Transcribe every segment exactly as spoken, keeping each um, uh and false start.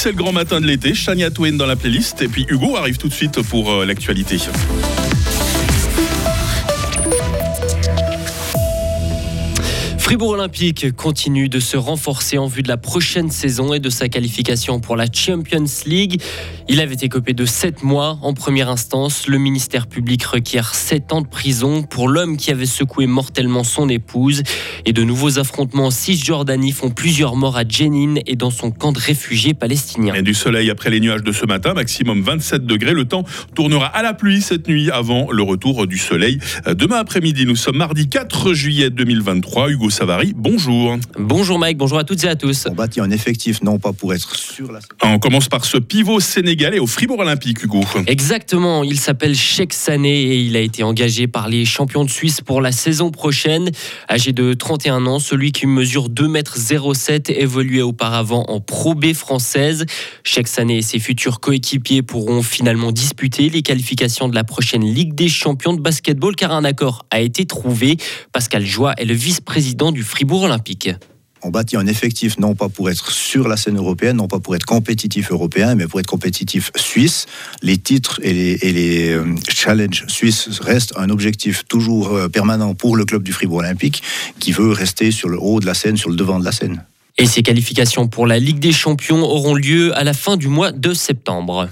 C'est le grand matin de l'été, Shania Twain dans la playlist et puis Hugo arrive tout de suite pour euh, l'actualité. Fribourg Olympique continue de se renforcer en vue de la prochaine saison et de sa qualification pour la Champions League. Il avait écopé de sept mois en première instance. Le ministère public requiert sept ans de prison pour l'homme qui avait secoué mortellement son épouse. Et de nouveaux affrontements en Cisjordanie font plusieurs morts à Jenin et dans son camp de réfugiés palestiniens. Et du soleil après les nuages de ce matin, maximum vingt-sept degrés. Le temps tournera à la pluie cette nuit avant le retour du soleil. Demain après-midi, nous sommes mardi quatre juillet deux mille vingt-trois. Hugo Savary, bonjour. Bonjour Mike, bonjour à toutes et à tous. On bâtit un effectif, non pas pour être sur la... On commence par ce pivot sénégalais au Fribourg Olympique, Hugo. Exactement, il s'appelle Cheikh Sané et il a été engagé par les champions de Suisse pour la saison prochaine. Âgé de trente et un ans, celui qui mesure deux mètres zéro sept évoluait auparavant en Pro B française. Cheikh Sané et ses futurs coéquipiers pourront finalement disputer les qualifications de la prochaine Ligue des champions de basketball car un accord a été trouvé. Pascal Joie est le vice-président du Fribourg Olympique. On bâtit un effectif non pas pour être sur la scène européenne, non pas pour être compétitif européen, mais pour être compétitif suisse. Les titres et les, et les euh, challenges suisses restent un objectif toujours euh, permanent pour le club du Fribourg Olympique qui veut rester sur le haut de la scène, sur le devant de la scène. Et ces qualifications pour la Ligue des champions auront lieu à la fin du mois de septembre.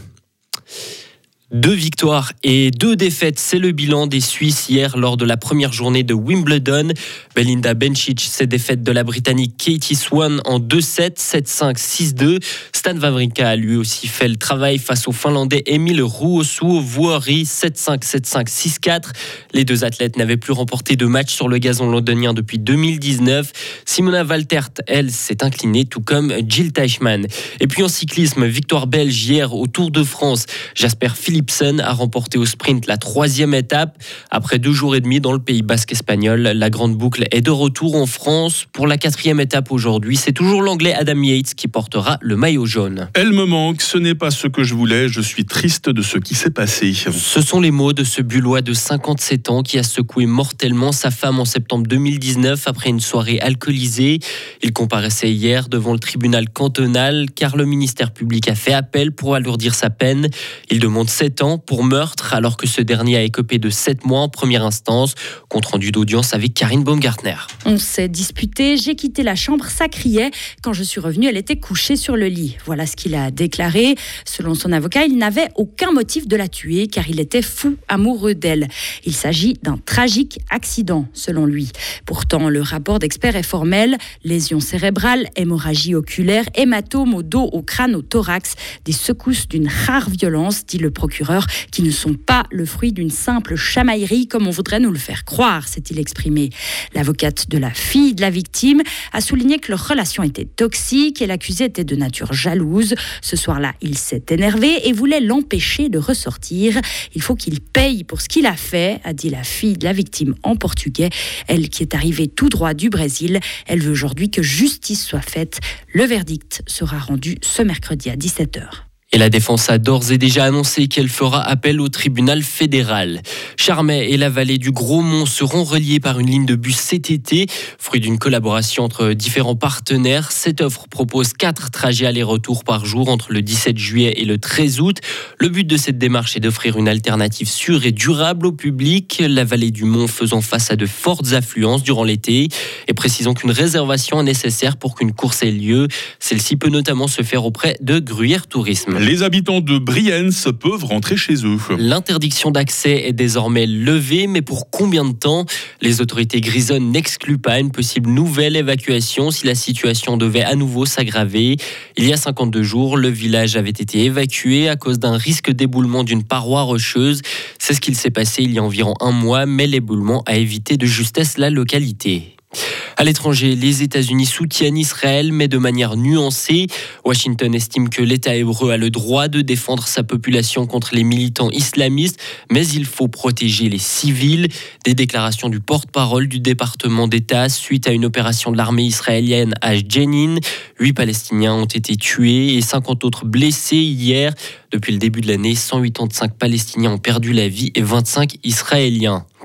Deux victoires et deux défaites, c'est le bilan des Suisses hier lors de la première journée de Wimbledon. Belinda Bencic s'est défaite de la Britannique Katie Swan en deux sept, sept cinq, six deux. Stan Wawrinka a lui aussi fait le travail face au Finlandais Emil Ruusuvuori, sept cinq, sept cinq, six quatre. Les deux athlètes n'avaient plus remporté de match sur le gazon londonien depuis deux mille dix-neuf. Simona Waltert, elle, s'est inclinée, tout comme Jill Teichmann. Et puis en cyclisme, victoire belge hier au Tour de France. Jasper Philipsen a remporté au sprint la troisième étape. Après deux jours et demi dans le Pays basque espagnol, la grande boucle est de retour en France. Pour la quatrième étape aujourd'hui, c'est toujours l'Anglais Adam Yates qui portera le maillot jaune. Elle me manque, ce n'est pas ce que je voulais, je suis triste de ce qui s'est passé. Ce sont les mots de ce Bullois de cinquante-sept ans qui a secoué mortellement sa femme en septembre deux mille dix-neuf après une soirée alcoolisée. Il comparaissait hier devant le tribunal cantonal car le ministère public a fait appel pour alourdir sa peine. Il demande sept ans pour meurtre alors que ce dernier a écopé de sept mois en première instance. Compte rendu d'audience avec Karine Baumgartner. On s'est disputé, j'ai quitté la chambre, ça criait. Quand je suis revenue, elle était couchée sur le lit. Voilà ce qu'il a déclaré. Selon son avocat, il n'avait aucun motif de la tuer car il était fou amoureux d'elle. Il s'agit d'un tragique accident, selon lui. Pourtant, le rapport d'expert est formel. Lésions cérébrales, hémorragie oculaire, hématome au dos, au crâne, au thorax. Des secousses d'une rare violence, dit le procureur, qui ne sont pas le fruit d'une simple chamaillerie comme on voudrait nous le faire croire, s'est-il exprimé. L'avocate de la fille de la victime a souligné que leur relation était toxique et l'accusé était de nature jalouse. Ce soir-là, il s'est énervé et voulait l'empêcher de ressortir. Il faut qu'il paye pour ce qu'il a fait, a dit la fille de la victime en portugais. Elle qui est arrivée tout droit du Brésil. Elle veut aujourd'hui que justice soit faite. Le verdict sera rendu ce mercredi à dix-sept heures. Et la défense a d'ores et déjà annoncé qu'elle fera appel au tribunal fédéral. Charmey et la vallée du Gros-Mont seront reliés par une ligne de bus cet été. Fruit d'une collaboration entre différents partenaires, cette offre propose quatre trajets aller-retour par jour entre le dix-sept juillet et le treize août. Le but de cette démarche est d'offrir une alternative sûre et durable au public. La vallée du Mont faisant face à de fortes affluences durant l'été. Et précisons qu'une réservation est nécessaire pour qu'une course ait lieu. Celle-ci peut notamment se faire auprès de Gruyère Tourisme. Les habitants de Brienz peuvent rentrer chez eux. L'interdiction d'accès est désormais levée, mais pour combien de temps ? Les autorités grisonnent n'excluent pas une possible nouvelle évacuation si la situation devait à nouveau s'aggraver. Il y a cinquante-deux jours, le village avait été évacué à cause d'un risque d'éboulement d'une paroi rocheuse. C'est ce qu'il s'est passé il y a environ un mois, mais l'éboulement a évité de justesse la localité. À l'étranger, les États-Unis soutiennent Israël, mais de manière nuancée. Washington estime que l'État hébreu a le droit de défendre sa population contre les militants islamistes, mais il faut protéger les civils. Des déclarations du porte-parole du département d'État suite à une opération de l'armée israélienne à Jenin. Huit Palestiniens ont été tués et cinquante autres blessés hier. Depuis le début de l'année, cent quatre-vingt-quinze Palestiniens ont perdu la vie et vingt-cinq Israéliens.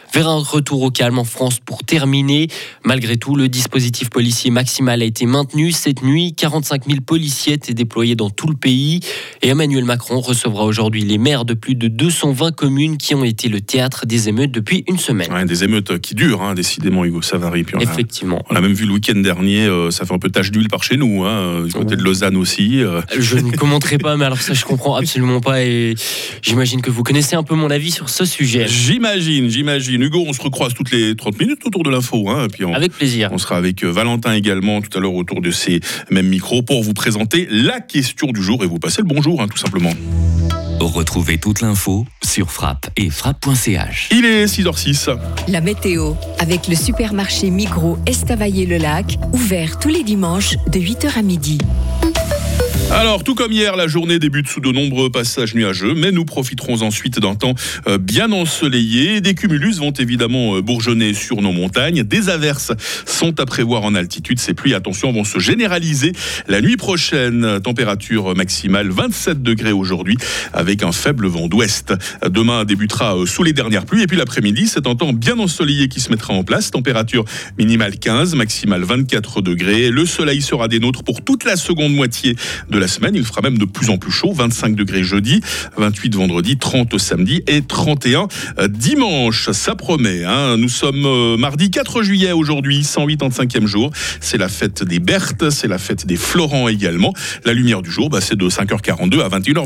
vers un retour au calme en France pour terminer. Malgré tout, le dispositif policier maximal a été maintenu. Cette nuit, quarante-cinq mille policiers étaient déployés dans tout le pays. Et Emmanuel Macron recevra aujourd'hui les maires de plus de deux cent vingt communes qui ont été le théâtre des émeutes depuis une semaine. Ouais, des émeutes qui durent, hein, décidément, Hugo Savary. Puis on Effectivement. A, on a même vu le week-end dernier, euh, ça fait un peu tache d'huile par chez nous, hein, du côté de Lausanne aussi. Euh. Je ne commenterai pas, mais alors ça, je comprends absolument pas. Et j'imagine que vous connaissez un peu mon avis sur ce sujet. J'imagine, j'imagine. Hugo, on se recroise toutes les trente minutes autour de l'info. Hein, et puis on, avec plaisir. On sera avec Valentin également tout à l'heure autour de ces mêmes micros pour vous présenter la question du jour et vous passer le bonjour, hein, tout simplement. Retrouvez toute l'info sur frappe et frappe point c h. Il est six heures six. La météo, avec le supermarché Migros Estavayer-le-Lac, ouvert tous les dimanches de huit heures à midi. Alors, tout comme hier, la journée débute sous de nombreux passages nuageux, mais nous profiterons ensuite d'un temps bien ensoleillé. Des cumulus vont évidemment bourgeonner sur nos montagnes. Des averses sont à prévoir en altitude. Ces pluies, attention, vont se généraliser la nuit prochaine. Température maximale vingt-sept degrés aujourd'hui, avec un faible vent d'ouest. Demain débutera sous les dernières pluies. Et puis l'après-midi, c'est un temps bien ensoleillé qui se mettra en place. Température minimale quinze, maximale vingt-quatre degrés. Le soleil sera des nôtres pour toute la seconde moitié de la semaine. Il fera même de plus en plus chaud, vingt-cinq degrés jeudi, vingt-huit vendredi, trente samedi et trente et un dimanche. Ça promet, hein. Nous sommes mardi quatre juillet aujourd'hui, cent quatre-vingt-quatrième jour. C'est la fête des Berthes, c'est la fête des Florents également. La lumière du jour, bah, c'est de cinq heures quarante-deux à vingt et une heures.